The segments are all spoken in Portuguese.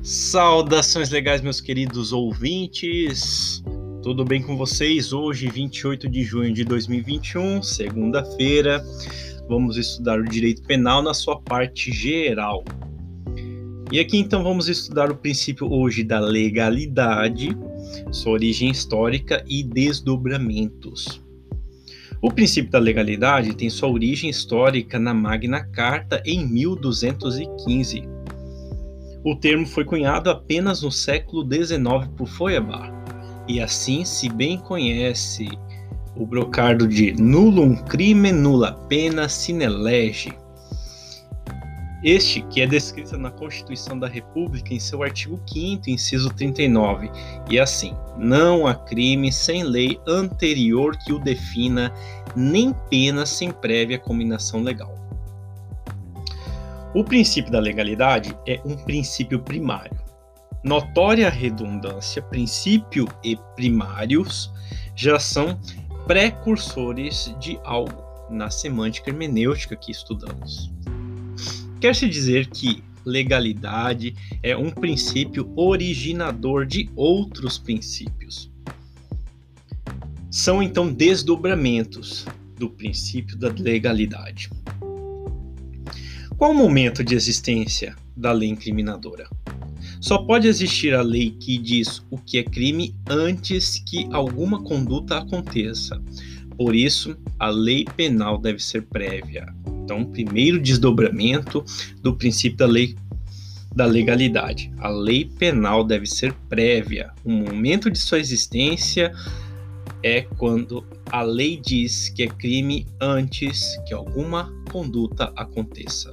Saudações legais, meus queridos ouvintes! Tudo bem com vocês? Hoje, 28 de junho de 2021, segunda-feira, vamos estudar o direito penal na sua parte geral. E aqui então vamos estudar o princípio hoje da legalidade, sua origem histórica e desdobramentos. O princípio da legalidade tem sua origem histórica na Magna Carta em 1215. O termo foi cunhado apenas no século XIX por Feuerbach, e assim se bem conhece o brocardo de nullum crimen nulla pena sine lege. Este que é descrito na Constituição da República em seu artigo 5º, inciso 39, e assim: não há crime sem lei anterior que o defina, nem pena sem prévia cominação legal. O princípio da legalidade é um princípio primário. Notória redundância, princípio e primários já são precursores de algo na semântica hermenêutica que estudamos. Quer-se dizer que legalidade é um princípio originador de outros princípios. São então desdobramentos do princípio da legalidade. Qual o momento de existência da lei incriminadora? Só pode existir a lei que diz o que é crime antes que alguma conduta aconteça. Por isso, a lei penal deve ser prévia. Então, primeiro desdobramento do princípio da legalidade. A lei penal deve ser prévia. O momento de sua existência é quando a lei diz que é crime antes que alguma conduta aconteça.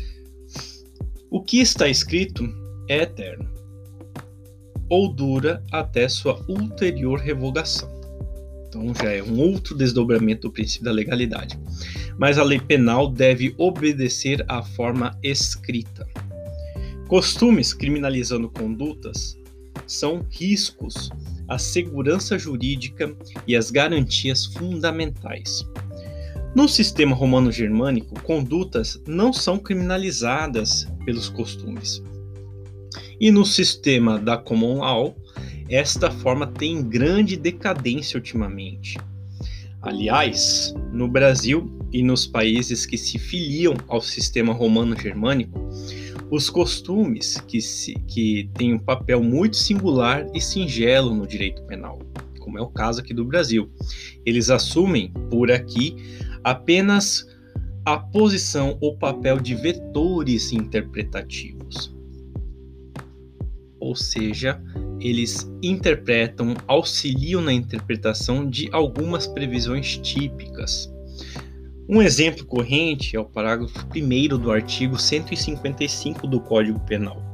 O que está escrito é eterno, ou dura até sua ulterior revogação. Então já é um outro desdobramento do princípio da legalidade. Mas a lei penal deve obedecer à forma escrita. Costumes criminalizando condutas são riscos à segurança jurídica e às garantias fundamentais. No sistema romano-germânico, condutas não são criminalizadas pelos costumes. E no sistema da common law, esta forma tem grande decadência ultimamente. Aliás, no Brasil e nos países que se filiam ao sistema romano-germânico, os costumes que têm um papel muito singular e singelo no direito penal, como é o caso aqui do Brasil. Eles assumem, por aqui, apenas a posição ou papel de vetores interpretativos. Ou seja, eles interpretam, auxiliam na interpretação de algumas previsões típicas. Um exemplo corrente é o parágrafo 1º do artigo 155 do Código Penal.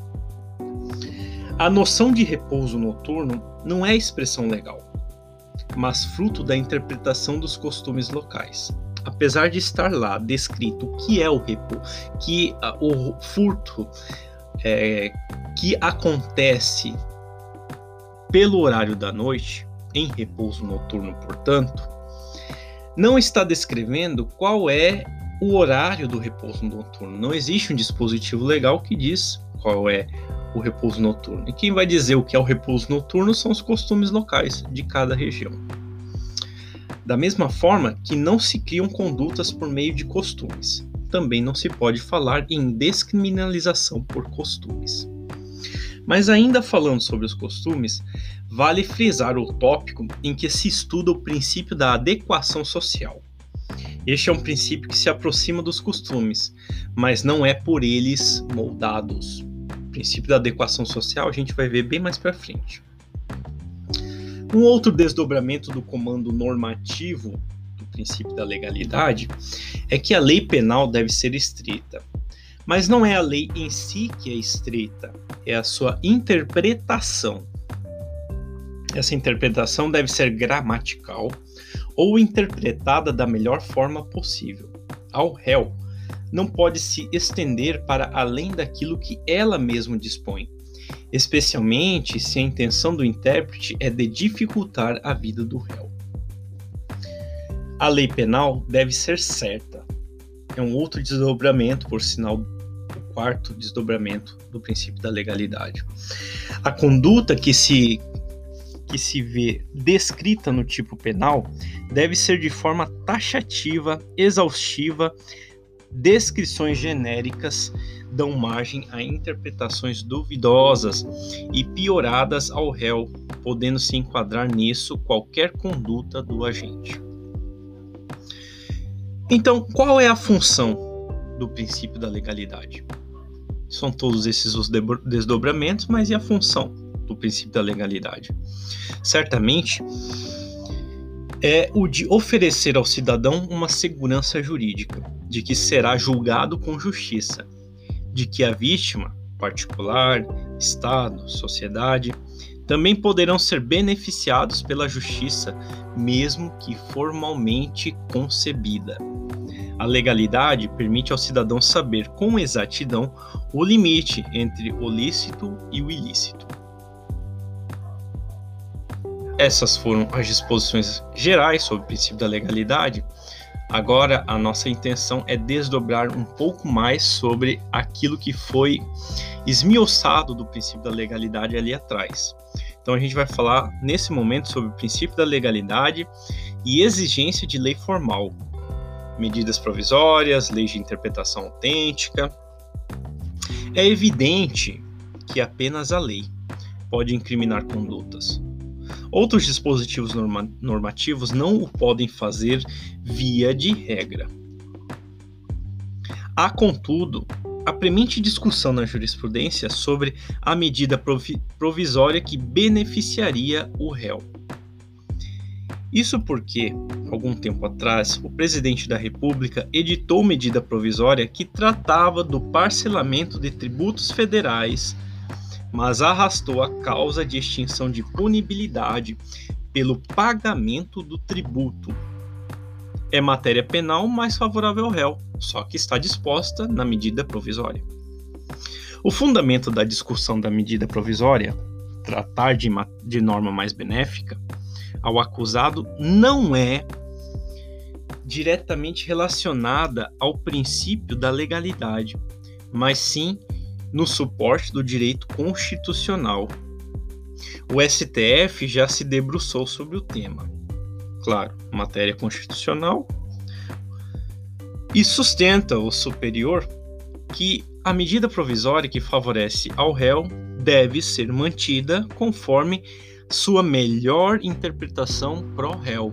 A noção de repouso noturno não é expressão legal, mas fruto da interpretação dos costumes locais. Apesar de estar lá descrito o que é o repouso, que o furto que acontece pelo horário da noite, em repouso noturno, portanto, não está descrevendo qual é o horário do repouso noturno. Não existe um dispositivo legal que diz qual é o repouso noturno. E quem vai dizer o que é o repouso noturno são os costumes locais de cada região. Da mesma forma que não se criam condutas por meio de costumes, também não se pode falar em descriminalização por costumes. Mas ainda falando sobre os costumes, vale frisar o tópico em que se estuda o princípio da adequação social. Este é um princípio que se aproxima dos costumes, mas não é por eles moldados. O princípio da adequação social a gente vai ver bem mais para frente. Um outro desdobramento do comando normativo do princípio da legalidade é que a lei penal deve ser estrita. Mas não é a lei em si que é estreita, é a sua interpretação. Essa interpretação deve ser gramatical ou interpretada da melhor forma possível. Ao réu, não pode se estender para além daquilo que ela mesma dispõe, especialmente se a intenção do intérprete é de dificultar a vida do réu. A lei penal deve ser certa. É um outro desdobramento, por sinal, quarto desdobramento do princípio da legalidade. A conduta que se vê descrita no tipo penal deve ser de forma taxativa, exaustiva. Descrições genéricas dão margem a interpretações duvidosas e pioradas ao réu, podendo se enquadrar nisso qualquer conduta do agente. Então, qual é a função do princípio da legalidade? São todos esses os desdobramentos, mas e a função do princípio da legalidade? Certamente é o de oferecer ao cidadão uma segurança jurídica, de que será julgado com justiça, de que a vítima, particular, Estado, sociedade, também poderão ser beneficiados pela justiça, mesmo que formalmente concebida. A legalidade permite ao cidadão saber com exatidão o limite entre o lícito e o ilícito. Essas foram as disposições gerais sobre o princípio da legalidade. Agora, a nossa intenção é desdobrar um pouco mais sobre aquilo que foi esmiuçado do princípio da legalidade ali atrás. Então, a gente vai falar nesse momento sobre o princípio da legalidade e exigência de lei formal, medidas provisórias, leis de interpretação autêntica. É evidente que apenas a lei pode incriminar condutas. Outros dispositivos normativos não o podem fazer via de regra. Há, contudo, a premente discussão na jurisprudência sobre a medida provisória que beneficiaria o réu. Isso porque, algum tempo atrás, o presidente da República editou medida provisória que tratava do parcelamento de tributos federais, mas arrastou a causa de extinção de punibilidade pelo pagamento do tributo. É matéria penal mais favorável ao réu, só que está disposta na medida provisória. O fundamento da discussão da medida provisória, tratar de norma mais benéfica ao acusado, não é diretamente relacionada ao princípio da legalidade, mas sim no suporte do direito constitucional. O STF já se debruçou sobre o tema. Claro, matéria constitucional, e sustenta o superior que a medida provisória que favorece ao réu deve ser mantida conforme sua melhor interpretação pró-réu.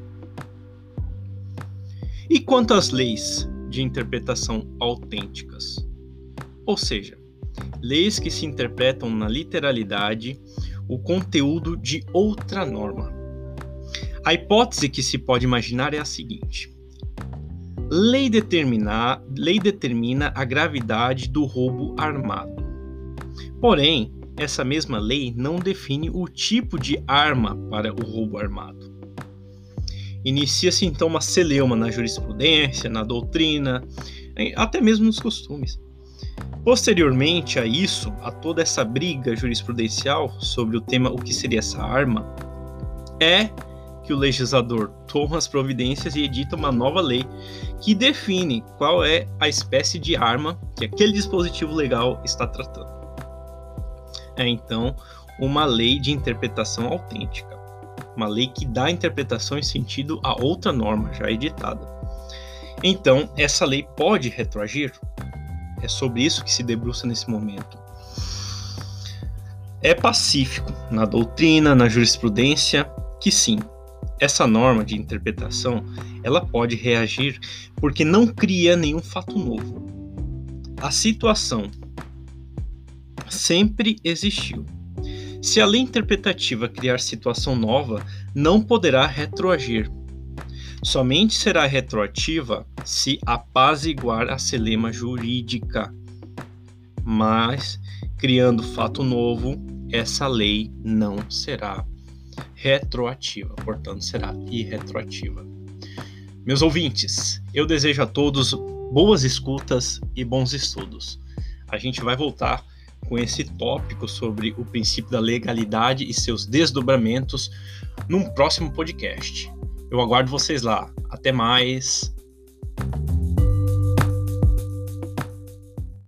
E quanto às leis de interpretação autênticas, ou seja, leis que se interpretam na literalidade o conteúdo de outra norma. A hipótese que se pode imaginar é a seguinte: lei determina a gravidade do roubo armado. Porém, essa mesma lei não define o tipo de arma para o roubo armado. Inicia-se então uma celeuma na jurisprudência, na doutrina, até mesmo nos costumes. Posteriormente a isso, a toda essa briga jurisprudencial sobre o tema o que seria essa arma, é que o legislador toma as providências e edita uma nova lei que define qual é a espécie de arma que aquele dispositivo legal está tratando. É então uma lei de interpretação autêntica, uma lei que dá interpretação em sentido a outra norma já editada. Então, essa lei pode retroagir? É sobre isso que se debruça nesse momento. É pacífico na doutrina, na jurisprudência, que sim, essa norma de interpretação ela pode reagir porque não cria nenhum fato novo. A situação sempre existiu. Se a lei interpretativa criar situação nova, não poderá retroagir. Somente será retroativa se apaziguar a celeuma jurídica. Mas, criando fato novo, essa lei não será retroativa, portanto será irretroativa. Meus ouvintes, eu desejo a todos boas escutas e bons estudos. A gente vai voltar com esse tópico sobre o princípio da legalidade e seus desdobramentos num próximo podcast. Eu aguardo vocês lá. Até mais!